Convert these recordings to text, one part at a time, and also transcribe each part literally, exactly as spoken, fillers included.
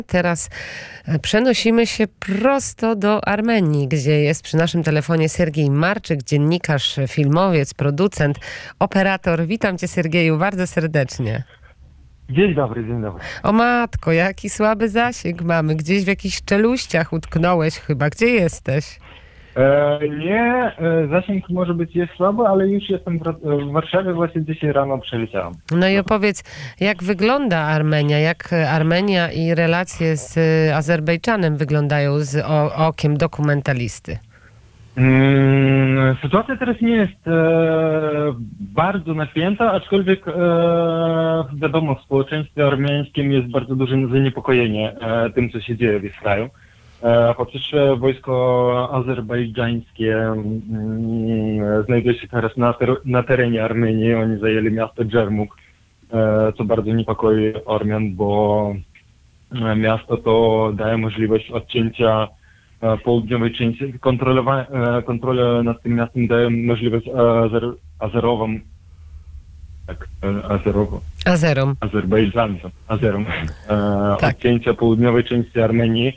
Teraz przenosimy się prosto do Armenii, gdzie jest przy naszym telefonie Sergiej Marczyk, dziennikarz, filmowiec, producent, operator. Witam cię, Sergieju, bardzo serdecznie. Dzień dobry, dzień dobry. O matko, jaki słaby zasięg mamy. Gdzieś w jakichś czeluściach utknąłeś chyba. Gdzie jesteś? E, nie, e, zasięg może być jest słaby, ale już jestem w, w Warszawie, właśnie dzisiaj rano przeleciałem. No i opowiedz, jak wygląda Armenia, jak Armenia i relacje z Azerbejdżanem wyglądają z o, okiem dokumentalisty? Mm, sytuacja teraz nie jest e, bardzo napięta, aczkolwiek e, wiadomo, w społeczeństwie armeńskim jest bardzo duże zaniepokojenie e, tym, co się dzieje w ich kraju. Po pierwsze, wojsko azerbejdżańskie mm, znajduje się teraz na, ter na terenie Armenii. Oni zajęli miasto Dżermuk, e, co bardzo niepokoi Ormian, bo miasto to daje możliwość odcięcia e, południowej części. Kontrola, e, kontrola nad tym miastem daje możliwość azer Azerowom, tak, e, Azerowom, Azerom, Azerbejdżańcom, Azerom, e, tak. odcięcia południowej części Armenii.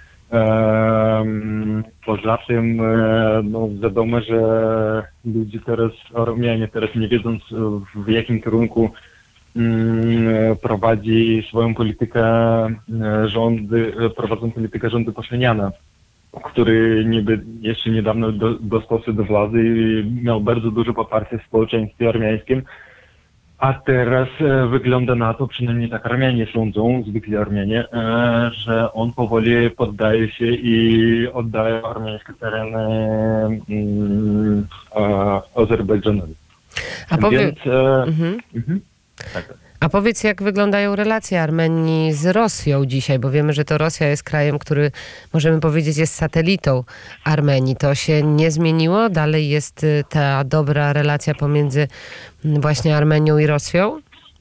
Um, poza tym no, wiadomo, że ludzie teraz, Ormianie teraz nie wiedząc w jakim kierunku um, prowadzi swoją politykę rządy, prowadzą politykę rządu Paszyniana, który niby jeszcze niedawno do, dostał się do władzy i miał bardzo duże poparcie w społeczeństwie armiańskim. A teraz e, wygląda na to, przynajmniej tak Armianie sądzą, zwykli Armianie, e, że on powoli poddaje się i oddaje armiańskie tereny mm, e, Azerbejdżanowi. A powie... Więc, e, mhm. mhm. Tak. A powiedz, jak wyglądają relacje Armenii z Rosją dzisiaj, bo wiemy, że to Rosja jest krajem, który, możemy powiedzieć, jest satelitą Armenii. To się nie zmieniło? Dalej jest ta dobra relacja pomiędzy właśnie Armenią i Rosją?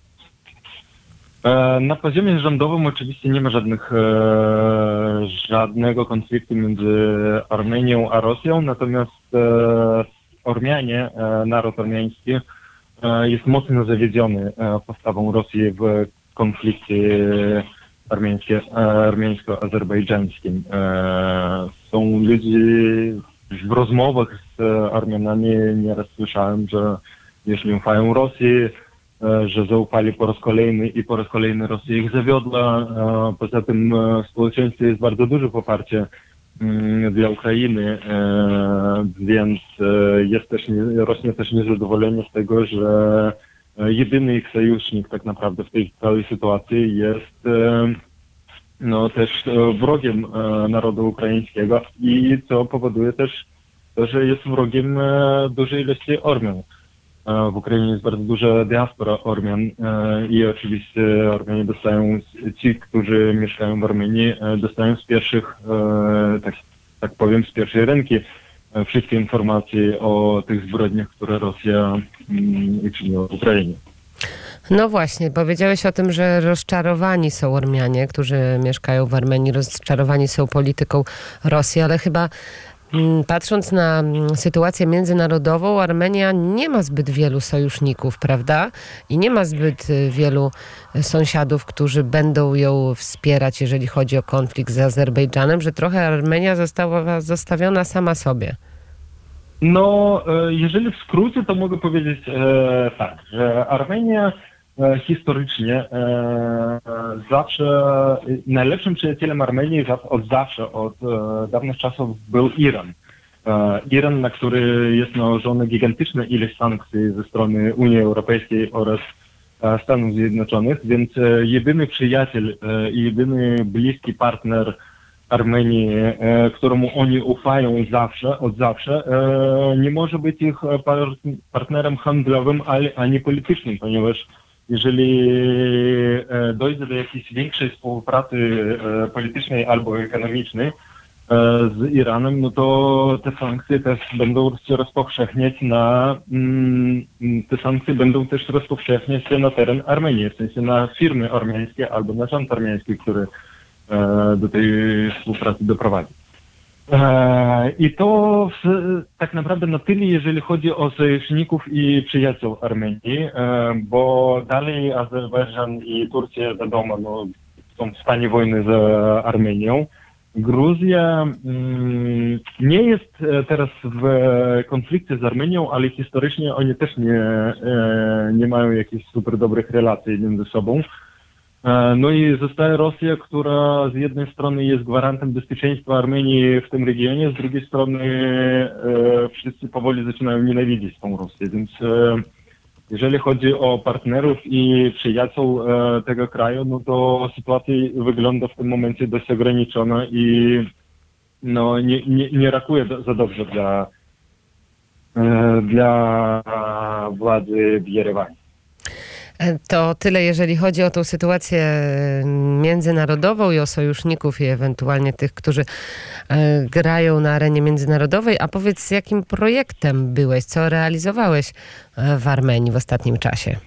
Na poziomie rządowym oczywiście nie ma żadnych, e, żadnego konfliktu między Armenią a Rosją, natomiast e, Ormianie, e, naród armeński, jest mocno zawiedziony postawą Rosji w konflikcie armeńsko-azerbejdżańskim. Są ludzie w rozmowach z Armianami, nieraz słyszałem, że już nie ufają Rosji, że zaufali po raz kolejny i po raz kolejny Rosja ich zawiodła. Poza tym w społeczeństwie jest bardzo duże poparcie dla Ukrainy, więc jest też, rośnie też niezadowolenie z tego, że jedyny ich sojusznik tak naprawdę w tej całej sytuacji jest no, też wrogiem narodu ukraińskiego i co powoduje też to, że jest wrogiem dużej ilości Ormian. W Ukrainie jest bardzo duża diaspora Ormian i oczywiście Ormianie dostają, ci, którzy mieszkają w Armenii, dostają z pierwszych, tak, tak powiem, z pierwszej ręki wszystkie informacje o tych zbrodniach, które Rosja uczyniła w Ukrainie. No właśnie, powiedziałeś o tym, że rozczarowani są Ormianie, którzy mieszkają w Armenii, rozczarowani są polityką Rosji, ale chyba patrząc na sytuację międzynarodową, Armenia nie ma zbyt wielu sojuszników, prawda? I nie ma zbyt wielu sąsiadów, którzy będą ją wspierać, jeżeli chodzi o konflikt z Azerbejdżanem, że trochę Armenia została zostawiona sama sobie. No, jeżeli w skrócie, to mogę powiedzieć e, tak, że Armenia e, historycznie e, zawsze, najlepszym przyjacielem Armenii od zawsze, od e, dawnych czasów był Iran. E, Iran, na który jest nałożone gigantyczne ilość sankcji ze strony Unii Europejskiej oraz e, Stanów Zjednoczonych, więc e, jedyny przyjaciel e, i jedyny bliski partner Armenii, e, któremu oni ufają zawsze, od zawsze, e, nie może być ich par partnerem handlowym, ale ani politycznym, ponieważ jeżeli e, dojdzie do jakiejś większej współpracy e, politycznej albo ekonomicznej e, z Iranem, no to te sankcje też będą się rozpowszechniać na, mm, te sankcje będą też rozpowszechniać się na teren Armenii, w sensie na firmy armeńskie albo na rząd armeński, który do tej współpracy doprowadzi. I to tak naprawdę na tyle, jeżeli chodzi o sojuszników i przyjaciół Armenii, bo dalej Azerbejdżan i Turcja, wiadomo, no, są w stanie wojny z Armenią. Gruzja mm, nie jest teraz w konflikcie z Armenią, ale historycznie oni też nie, nie mają jakichś super dobrych relacji między sobą. No i zostaje Rosja, która z jednej strony jest gwarantem bezpieczeństwa Armenii w tym regionie, z drugiej strony wszyscy powoli zaczynają nienawidzić tą Rosję, więc jeżeli chodzi o partnerów i przyjaciół tego kraju, no to sytuacja wygląda w tym momencie dość ograniczona i no, nie, nie, nie rakuje za dobrze dla, dla władzy w Jerewanie. To tyle, jeżeli chodzi o tą sytuację międzynarodową i o sojuszników i ewentualnie tych, którzy grają na arenie międzynarodowej. A powiedz, z jakim projektem byłeś, co realizowałeś w Armenii w ostatnim czasie?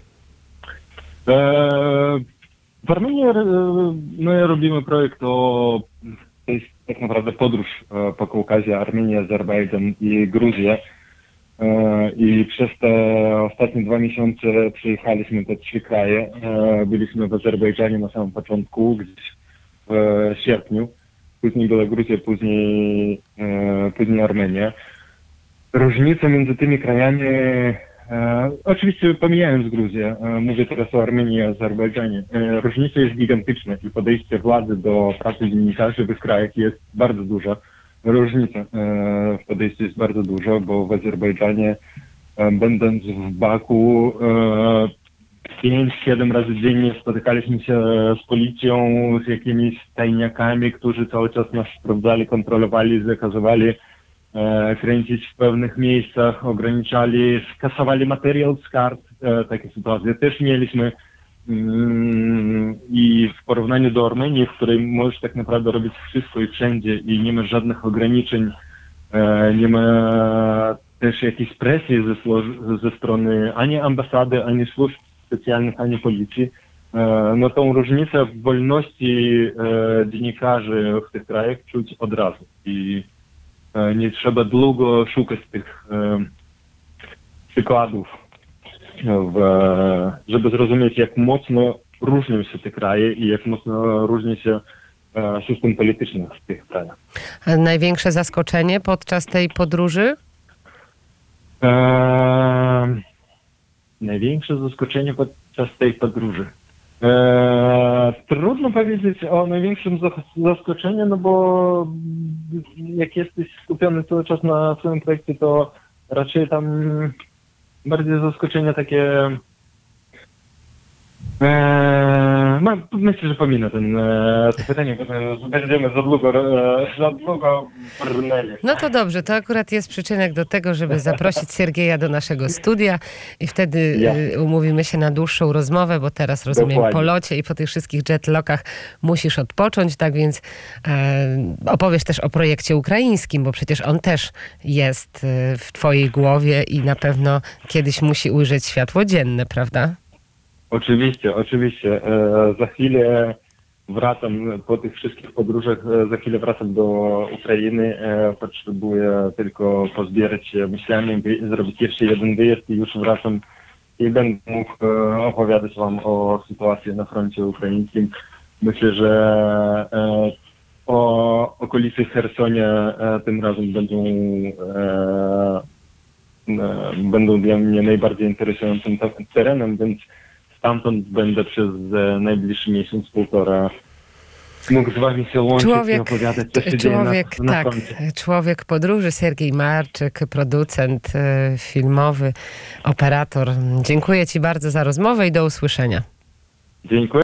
W Armenii my robimy projekt o, to jest tak naprawdę podróż po Kaukazie, Armenia, Azerbejdżan i Gruzja. I przez te ostatnie dwa miesiące przejechaliśmy te trzy kraje. Byliśmy w Azerbejdżanie na samym początku, gdzieś w sierpniu. Później była Gruzja, później, później Armenia. Różnica między tymi krajami, oczywiście pomijając Gruzję, mówię teraz o Armenii i Azerbejdżanie, różnica jest gigantyczna i podejście władzy do pracy dziennikarzy w tych krajach jest bardzo duża. Różnica w podejściu jest bardzo dużo, bo w Azerbejdżanie, będąc w Baku, pięć siedem razy dziennie spotykaliśmy się z policją, z jakimiś tajniakami, którzy cały czas nas sprawdzali, kontrolowali, zakazywali kręcić w pewnych miejscach, ograniczali, skasowali materiał z kart. Takie sytuacje też mieliśmy. I w porównaniu do Armenii, w której możesz tak naprawdę robić wszystko i wszędzie i nie ma żadnych ograniczeń, nie ma też jakiejś presji ze, ze strony ani ambasady, ani służb specjalnych, ani policji, no tą różnicę w wolności dziennikarzy w tych krajach czuć od razu i nie trzeba długo szukać tych przykładów, W, żeby zrozumieć, jak mocno różnią się te kraje i jak mocno różni się system polityczny w tych krajach. A największe zaskoczenie podczas tej podróży? Eee, największe zaskoczenie podczas tej podróży. Eee, trudno powiedzieć o największym zaskoczeniu, no bo jak jesteś skupiony cały czas na swoim projekcie, to raczej tam bardziej zaskoczenie takie... Eee, no, myślę, że pominę ten, e, to pytanie, bo będziemy za długo, e, za długo brnęli. No to dobrze, to akurat jest przyczynek do tego, żeby zaprosić Siergieja do naszego studia i wtedy ja. y, umówimy się na dłuższą rozmowę, bo teraz rozumiem Dokładnie. po locie i po tych wszystkich jetlogach musisz odpocząć, tak więc e, opowiesz też o projekcie ukraińskim, bo przecież on też jest y, w twojej głowie i na pewno kiedyś musi ujrzeć światło dzienne, prawda? Oczywiście, oczywiście. E, za chwilę wracam po tych wszystkich podróżach, e, za chwilę wracam do Ukrainy. E, potrzebuję tylko pozbierać się myślami, zrobić jeszcze jeden wyjazd i już wracam i będę mógł e, opowiadać wam o sytuacji na froncie ukraińskim. Myślę, że e, o okolicy Chersonia e, tym razem będą, e, e, będą dla mnie najbardziej interesującym terenem, więc stamtąd będę przez najbliższy miesiąc, półtora mógł z wami się łączyć człowiek, i opowiadać, co się człowiek, dzieje na, na tak, froncie. Człowiek podróży, Siergiej Marczyk, producent filmowy, operator. Dziękuję ci bardzo za rozmowę i do usłyszenia. Dziękuję.